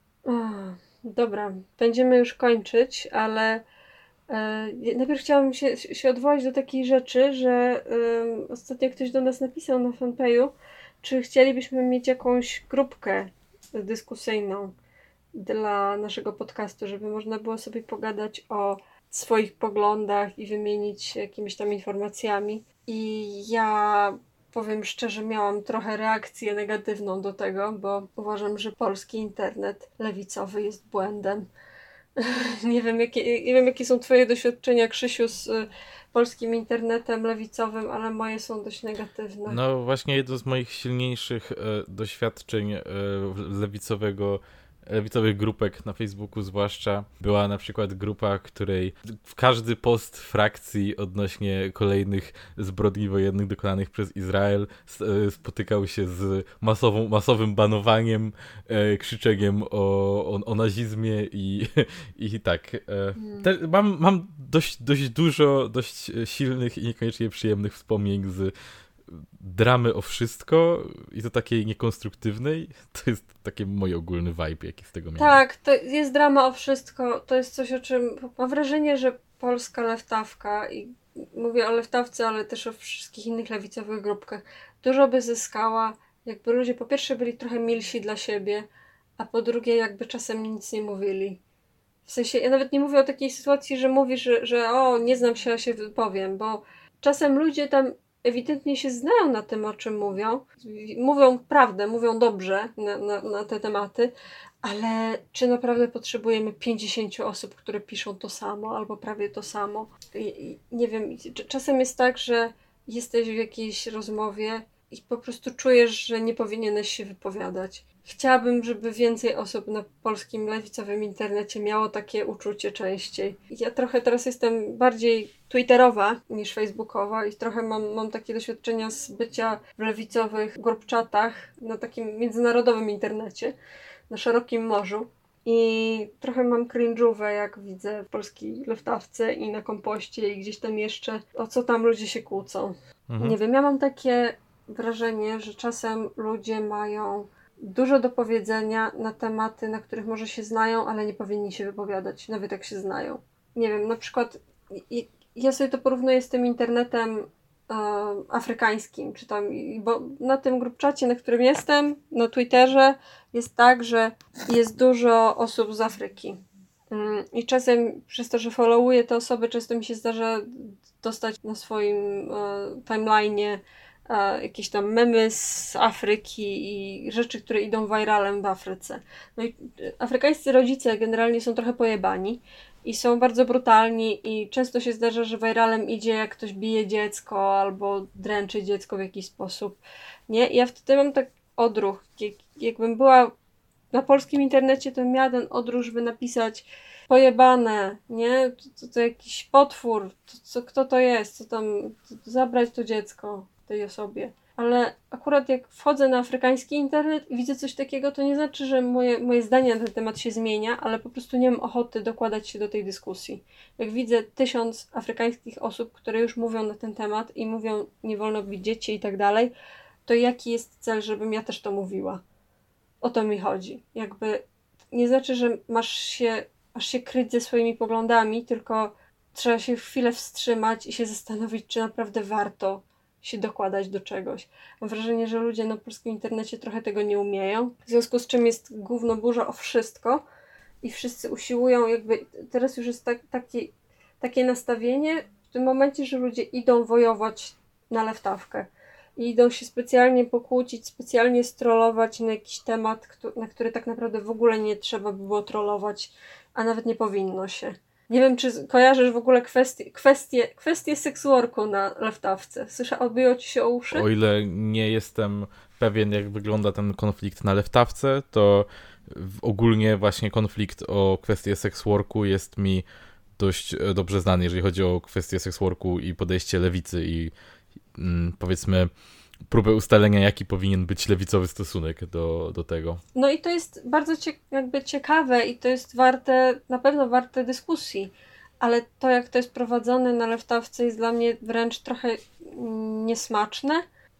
[SPEAKER 1] Dobra, będziemy już kończyć, ale najpierw chciałabym się odwołać do takiej rzeczy, że ostatnio ktoś do nas napisał na fanpage'u, czy chcielibyśmy mieć jakąś grupkę dyskusyjną dla naszego podcastu, żeby można było sobie pogadać o swoich poglądach i wymienić się jakimiś tam informacjami. I ja powiem szczerze, miałam trochę reakcję negatywną do tego, bo uważam, że polski internet lewicowy jest błędem. Nie wiem, jakie są twoje doświadczenia, Krzysiu, z polskim internetem lewicowym, ale moje są dość negatywne.
[SPEAKER 2] No właśnie jedno z moich silniejszych doświadczeń lewicowych grupek na Facebooku zwłaszcza była na przykład grupa, której w każdy post frakcji odnośnie kolejnych zbrodni wojennych dokonanych przez Izrael spotykał się z masowym banowaniem, krzyczeniem o nazizmie i tak. Mam dość dużo, dość silnych i niekoniecznie przyjemnych wspomnień z dramy o wszystko i to takiej niekonstruktywnej, to jest taki mój ogólny vibe, jaki z tego miałem.
[SPEAKER 1] Tak, to jest drama o wszystko, to jest coś, o czym mam wrażenie, że polska lewtawka, i mówię o lewtawce, ale też o wszystkich innych lewicowych grupkach, dużo by zyskała, jakby ludzie po pierwsze byli trochę milsi dla siebie, a po drugie jakby czasem nic nie mówili. W sensie, ja nawet nie mówię o takiej sytuacji, że mówisz, że nie znam się, a się wypowiem, bo czasem ludzie tam ewidentnie się znają na tym, o czym mówią. Mówią prawdę, mówią dobrze na te tematy, ale czy naprawdę potrzebujemy 50 osób, które piszą to samo, albo prawie to samo? Nie wiem, czasem jest tak, że jesteś w jakiejś rozmowie i po prostu czujesz, że nie powinieneś się wypowiadać. Chciałabym, żeby więcej osób na polskim lewicowym internecie miało takie uczucie częściej. Ja trochę teraz jestem bardziej twitterowa niż facebookowa i trochę mam takie doświadczenia z bycia w lewicowych grupczatach na takim międzynarodowym internecie, na szerokim morzu. I trochę mam cringe'ówę, jak widzę w polskiej lewtawce i na Kompoście i gdzieś tam jeszcze, o co tam ludzie się kłócą. Nie wiem, ja mam takie wrażenie, że czasem ludzie mają dużo do powiedzenia na tematy, na których może się znają, ale nie powinni się wypowiadać, nawet jak się znają. Nie wiem, na przykład ja sobie to porównuję z tym internetem afrykańskim, czy tam, bo na tym grupczacie, na którym jestem, na Twitterze, jest tak, że jest dużo osób z Afryki. I czasem przez to, że followuję te osoby, często mi się zdarza dostać na swoim timeline'ie jakieś tam memy z Afryki i rzeczy, które idą viralem w Afryce. No i afrykańscy rodzice generalnie są trochę pojebani i są bardzo brutalni i często się zdarza, że viralem idzie, jak ktoś bije dziecko albo dręczy dziecko w jakiś sposób. Nie? I ja wtedy mam tak odruch. Jakbym była na polskim internecie, to miała ten odruch, żeby napisać pojebane, nie? To jakiś potwór, kto to jest, co tam, zabrać to dziecko tej osobie. Ale akurat jak wchodzę na afrykański internet i widzę coś takiego, to nie znaczy, że moje zdanie na ten temat się zmienia, ale po prostu nie mam ochoty dokładać się do tej dyskusji. Jak widzę 1000 afrykańskich osób, które już mówią na ten temat i mówią, nie wolno bić dzieci i tak dalej, to jaki jest cel, żebym ja też to mówiła? O to mi chodzi. Jakby nie znaczy, że masz się kryć ze swoimi poglądami, tylko trzeba się chwilę wstrzymać i się zastanowić, czy naprawdę warto się dokładać do czegoś. Mam wrażenie, że ludzie na polskim internecie trochę tego nie umieją, w związku z czym jest gówno burza o wszystko i wszyscy usiłują jakby, teraz już jest takie nastawienie w tym momencie, że ludzie idą wojować na lewtawkę i idą się specjalnie pokłócić, specjalnie strollować na jakiś temat, na który tak naprawdę w ogóle nie trzeba by było trollować, a nawet nie powinno się. Nie wiem, czy kojarzysz w ogóle kwestię sex worku na lewtawce. Odbiło ci się o uszy?
[SPEAKER 2] O ile nie jestem pewien, jak wygląda ten konflikt na lewtawce, to ogólnie właśnie konflikt o kwestię sex worku jest mi dość dobrze znany, jeżeli chodzi o kwestię sex worku i podejście lewicy i powiedzmy próbę ustalenia, jaki powinien być lewicowy stosunek do tego.
[SPEAKER 1] No i to jest bardzo ciekawe i to jest na pewno warte dyskusji, ale to, jak to jest prowadzone na lewtawce, jest dla mnie wręcz trochę niesmaczne.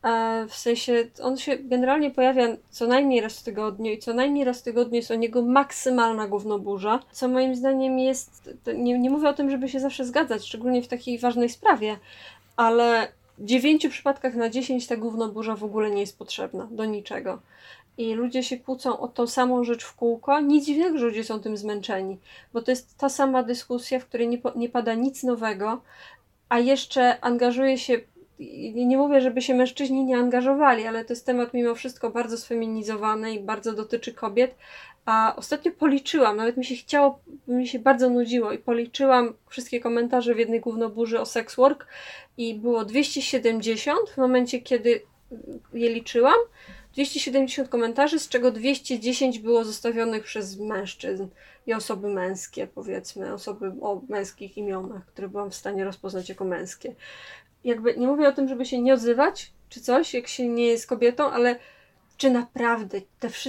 [SPEAKER 1] W sensie on się generalnie pojawia co najmniej raz w tygodniu i co najmniej raz w tygodniu jest o niego maksymalna gównoburza, co moim zdaniem jest, nie mówię o tym, żeby się zawsze zgadzać, szczególnie w takiej ważnej sprawie, ale w 9 przypadkach na 10 ta gównoburza w ogóle nie jest potrzebna do niczego. I ludzie się kłócą o tą samą rzecz w kółko. Nic dziwnego, że ludzie są tym zmęczeni, bo to jest ta sama dyskusja, w której nie pada nic nowego, a jeszcze angażuje się, nie mówię, żeby się mężczyźni nie angażowali, ale to jest temat mimo wszystko bardzo sfeminizowany i bardzo dotyczy kobiet. A ostatnio policzyłam, nawet mi się bardzo nudziło i policzyłam wszystkie komentarze w jednej gównoburzy o sex work i było 270 w momencie, kiedy je liczyłam. 270 komentarzy, z czego 210 było zostawionych przez mężczyzn i osoby męskie, powiedzmy, osoby o męskich imionach, które byłam w stanie rozpoznać jako męskie. Jakby nie mówię o tym, żeby się nie odzywać, czy coś, jak się nie jest kobietą, ale czy naprawdę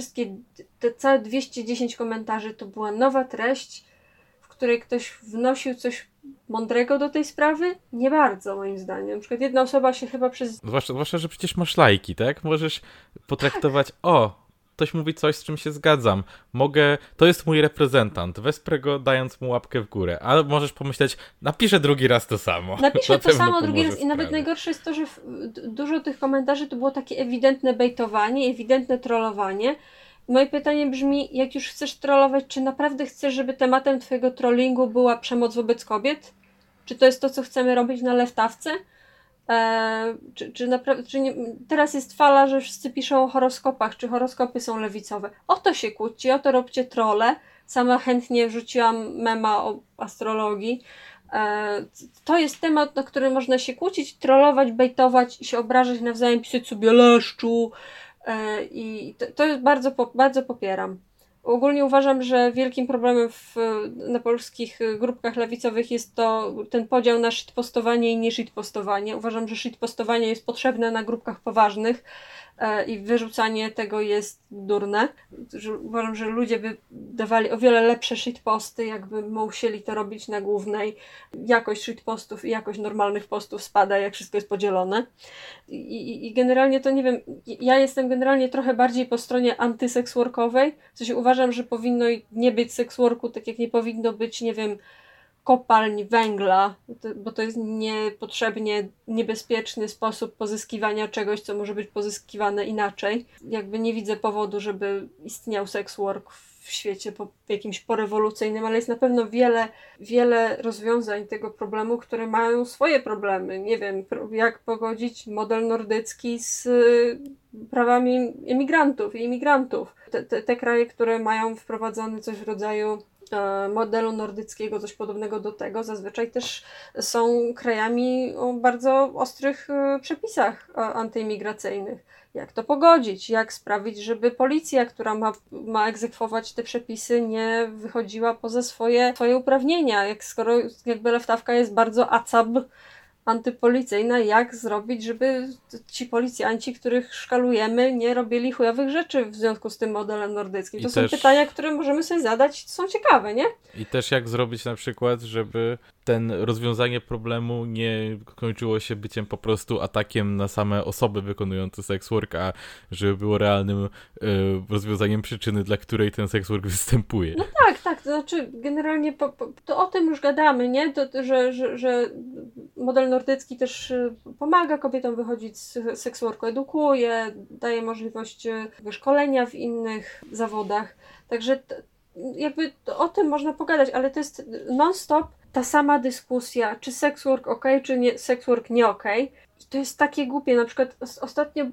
[SPEAKER 1] te całe 210 komentarzy to była nowa treść, w której ktoś wnosił coś mądrego do tej sprawy? Nie bardzo, moim zdaniem. Na przykład jedna osoba się chyba
[SPEAKER 2] Zwłaszcza, że przecież masz lajki, tak? Możesz potraktować, ktoś mówi coś, z czym się zgadzam. To jest mój reprezentant, wesprę go dając mu łapkę w górę. Ale możesz pomyśleć, napiszę drugi raz to samo.
[SPEAKER 1] Napiszę to samo drugi raz i nawet najgorsze jest to, że dużo tych komentarzy to było takie ewidentne bejtowanie, ewidentne trollowanie. Moje pytanie brzmi, jak już chcesz trollować, czy naprawdę chcesz, żeby tematem twojego trollingu była przemoc wobec kobiet? Czy to jest to, co chcemy robić na lewtawce? Teraz jest fala, że wszyscy piszą o horoskopach, czy horoskopy są lewicowe. O to się kłóćcie, o to róbcie trolle. Sama chętnie wrzuciłam mema o astrologii. To jest temat, na który można się kłócić, trollować, bejtować i się obrażać nawzajem, pisać sobie leszczu. I to jest bardzo popieram. Ogólnie uważam, że wielkim problemem na polskich grupkach lewicowych jest ten podział na shitpostowanie i nie shitpostowanie. Uważam, że shitpostowanie jest potrzebne na grupkach poważnych i wyrzucanie tego jest durne. Uważam, że ludzie by dawali o wiele lepsze shitposty, jakby musieli to robić na głównej. Jakość shitpostów i jakość normalnych postów spada, jak wszystko jest podzielone. I generalnie to nie wiem, ja jestem generalnie trochę bardziej po stronie antyseksworkowej, w sensie uważam, że powinno nie być seksworku, tak jak nie powinno być, nie wiem, kopalń węgla, bo to jest niepotrzebnie niebezpieczny sposób pozyskiwania czegoś, co może być pozyskiwane inaczej. Jakby nie widzę powodu, żeby istniał sex work w świecie jakimś porewolucyjnym, ale jest na pewno wiele rozwiązań tego problemu, które mają swoje problemy. Nie wiem, jak pogodzić model nordycki z prawami emigrantów i imigrantów. Te kraje, które mają wprowadzony coś w rodzaju modelu nordyckiego, coś podobnego do tego, zazwyczaj też są krajami o bardzo ostrych przepisach antyimigracyjnych. Jak to pogodzić? Jak sprawić, żeby policja, która ma egzekwować te przepisy, nie wychodziła poza swoje uprawnienia? Skoro jakby Lewtawka jest bardzo antypolicyjna, jak zrobić, żeby ci policjanci, których szkalujemy, nie robili chujowych rzeczy w związku z tym modelem nordyckim? To są pytania, które możemy sobie zadać, są ciekawe, nie?
[SPEAKER 2] I też jak zrobić na przykład, żeby rozwiązanie problemu nie kończyło się byciem po prostu atakiem na same osoby wykonujące sex work, a żeby było realnym rozwiązaniem przyczyny, dla której ten sex work występuje.
[SPEAKER 1] No tak, to znaczy generalnie to o tym już gadamy, nie? Że model nordycki też pomaga kobietom wychodzić z sex worku, edukuje, daje możliwość szkolenia w innych zawodach. Także jakby o tym można pogadać, ale to jest non-stop ta sama dyskusja, czy sex work ok, czy nie, sex work nie ok. I to jest takie głupie. Na przykład ostatnio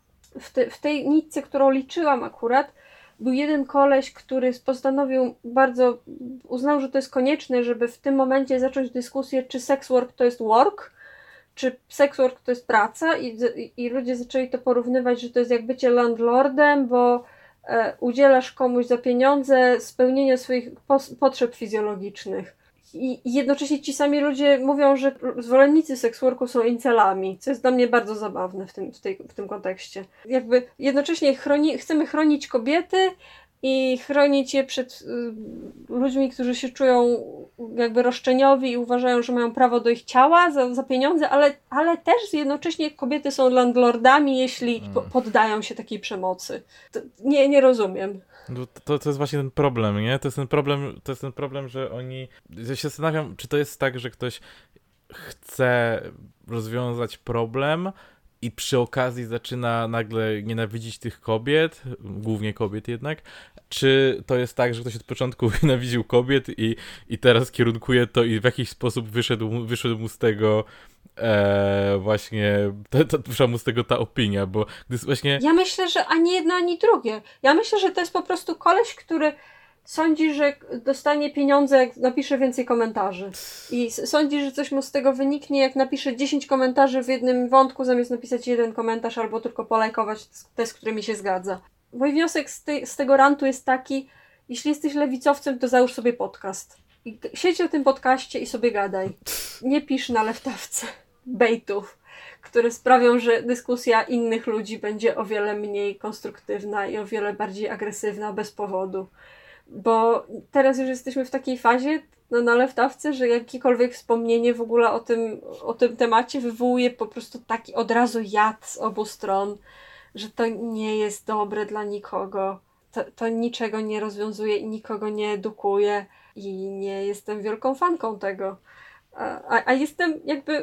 [SPEAKER 1] w tej nitce, którą liczyłam akurat, był jeden koleś, który postanowił uznał, że to jest konieczne, żeby w tym momencie zacząć dyskusję, czy sex work to jest work, czy sex work to jest praca, i ludzie zaczęli to porównywać, że to jest jak bycie landlordem, bo udzielasz komuś za pieniądze spełnienia swoich potrzeb fizjologicznych. I jednocześnie ci sami ludzie mówią, że zwolennicy sex worku są incelami, co jest dla mnie bardzo zabawne w tym kontekście. Jakby jednocześnie chcemy chronić kobiety i chronić je przed ludźmi, którzy się czują jakby roszczeniowi i uważają, że mają prawo do ich ciała za pieniądze, ale też jednocześnie kobiety są landlordami, jeśli poddają się takiej przemocy. Nie rozumiem.
[SPEAKER 2] No to jest właśnie ten problem, nie? To jest ten problem, że oni... Ja się zastanawiam, czy to jest tak, że ktoś chce rozwiązać problem i przy okazji zaczyna nagle nienawidzić tych kobiet, głównie kobiet jednak, czy to jest tak, że ktoś od początku nienawidził kobiet i teraz kierunkuje to i w jakiś sposób wyszedł mu z tego właśnie, wyszła mu z tego ta opinia, bo gdy właśnie...
[SPEAKER 1] Ja myślę, że ani jedno, ani drugie. Ja myślę, że to jest po prostu koleś, który sądzi, że dostanie pieniądze, jak napisze więcej komentarzy. I sądzi, że coś mu z tego wyniknie, jak napisze 10 komentarzy w jednym wątku, zamiast napisać jeden komentarz albo tylko polajkować te, z którymi się zgadza. Mój wniosek z tego rantu jest taki: jeśli jesteś lewicowcem, to załóż sobie podcast. I siedź o tym podcaście i sobie gadaj. Nie pisz na Lewtawce bejtów, które sprawią, że dyskusja innych ludzi będzie o wiele mniej konstruktywna i o wiele bardziej agresywna bez powodu. Bo teraz już jesteśmy w takiej fazie na Lewtawce, że jakiekolwiek wspomnienie w ogóle o tym temacie wywołuje po prostu taki od razu jad z obu stron, że to nie jest dobre dla nikogo. To niczego nie rozwiązuje i nikogo nie edukuje i nie jestem wielką fanką tego. A jestem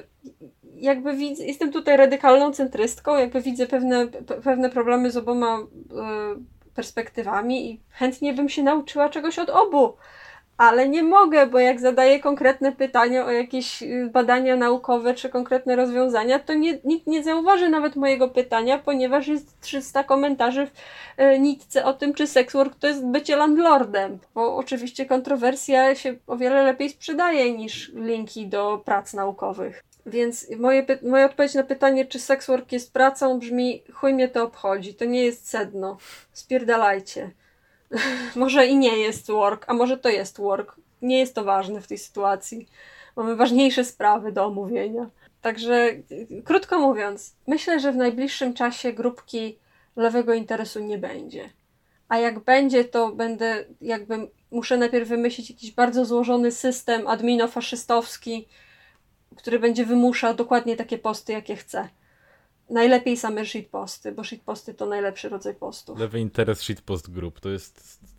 [SPEAKER 1] widzę, jestem tutaj radykalną centrystką, jakby widzę pewne problemy z oboma perspektywami i chętnie bym się nauczyła czegoś od obu. Ale nie mogę, bo jak zadaję konkretne pytania o jakieś badania naukowe czy konkretne rozwiązania, to nikt nie zauważy nawet mojego pytania, ponieważ jest 300 komentarzy w nitce o tym, czy sex work to jest bycie landlordem. Bo oczywiście kontrowersja się o wiele lepiej sprzedaje niż linki do prac naukowych. Więc moja odpowiedź na pytanie, czy sex work jest pracą, brzmi: chuj mnie to obchodzi, to nie jest sedno. Spierdalajcie. Może i nie jest work, a może to jest work. Nie jest to ważne w tej sytuacji. Mamy ważniejsze sprawy do omówienia. Także, krótko mówiąc, myślę, że w najbliższym czasie grupki lewego interesu nie będzie. A jak będzie, to muszę najpierw wymyślić jakiś bardzo złożony system admino-faszystowski, który będzie wymuszał dokładnie takie posty, jakie chcę. Najlepiej same shitposty, bo shitposty to najlepszy rodzaj postów.
[SPEAKER 2] Lewy interes shitpost group, to jest to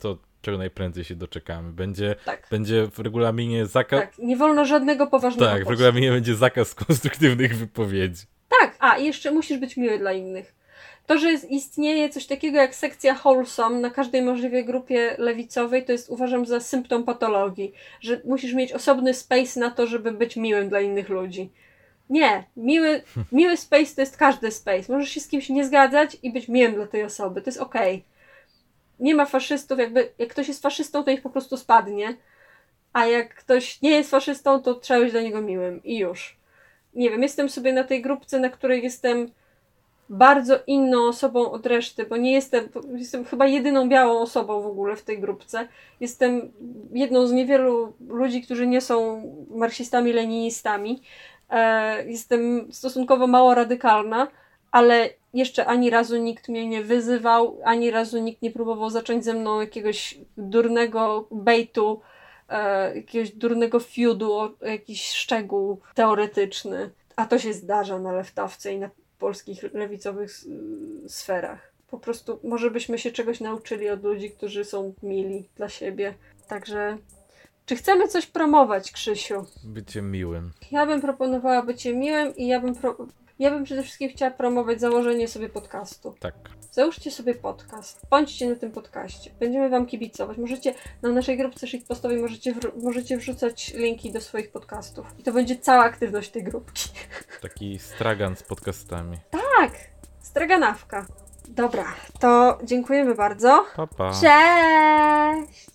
[SPEAKER 2] czego najprędzej się doczekamy. Będzie,
[SPEAKER 1] Tak.
[SPEAKER 2] będzie w regulaminie zakaz...
[SPEAKER 1] Tak, nie wolno żadnego poważnego
[SPEAKER 2] Tak, w
[SPEAKER 1] postu.
[SPEAKER 2] regulaminie będzie zakaz konstruktywnych wypowiedzi.
[SPEAKER 1] Tak, i jeszcze musisz być miły dla innych. To, że istnieje coś takiego jak sekcja wholesome na każdej możliwej grupie lewicowej, to jest, uważam, za symptom patologii. Że musisz mieć osobny space na to, żeby być miłym dla innych ludzi. Nie, miły space to jest każdy space. Możesz się z kimś nie zgadzać i być miłym dla tej osoby. To jest okej. Nie ma faszystów, jak ktoś jest faszystą, to niech po prostu spadnie. A jak ktoś nie jest faszystą, to trzeba być dla niego miłym. I już. Nie wiem, jestem sobie na tej grupce, na której jestem bardzo inną osobą od reszty, bo nie jestem chyba jedyną białą osobą w ogóle w tej grupce. Jestem jedną z niewielu ludzi, którzy nie są marksistami, leninistami. Jestem stosunkowo mało radykalna, ale jeszcze ani razu nikt mnie nie wyzywał, ani razu nikt nie próbował zacząć ze mną jakiegoś durnego bejtu, jakiegoś durnego feudu o jakiś szczegół teoretyczny. A to się zdarza na leftowce i na polskich lewicowych sferach. Po prostu może byśmy się czegoś nauczyli od ludzi, którzy są mili dla siebie. Także czy chcemy coś promować, Krzysiu?
[SPEAKER 2] Bycie miłym.
[SPEAKER 1] Ja bym proponowała bycie miłym i ja bym przede wszystkim chciała promować założenie sobie podcastu.
[SPEAKER 2] Tak.
[SPEAKER 1] Załóżcie sobie podcast. Bądźcie na tym podcaście. Będziemy wam kibicować. Możecie na naszej grupce shitpostowej możecie wrzucać linki do swoich podcastów. I to będzie cała aktywność tej grupki.
[SPEAKER 2] Taki stragan z podcastami.
[SPEAKER 1] Tak! Straganawka. Dobra, to dziękujemy bardzo.
[SPEAKER 2] Pa, pa.
[SPEAKER 1] Cześć!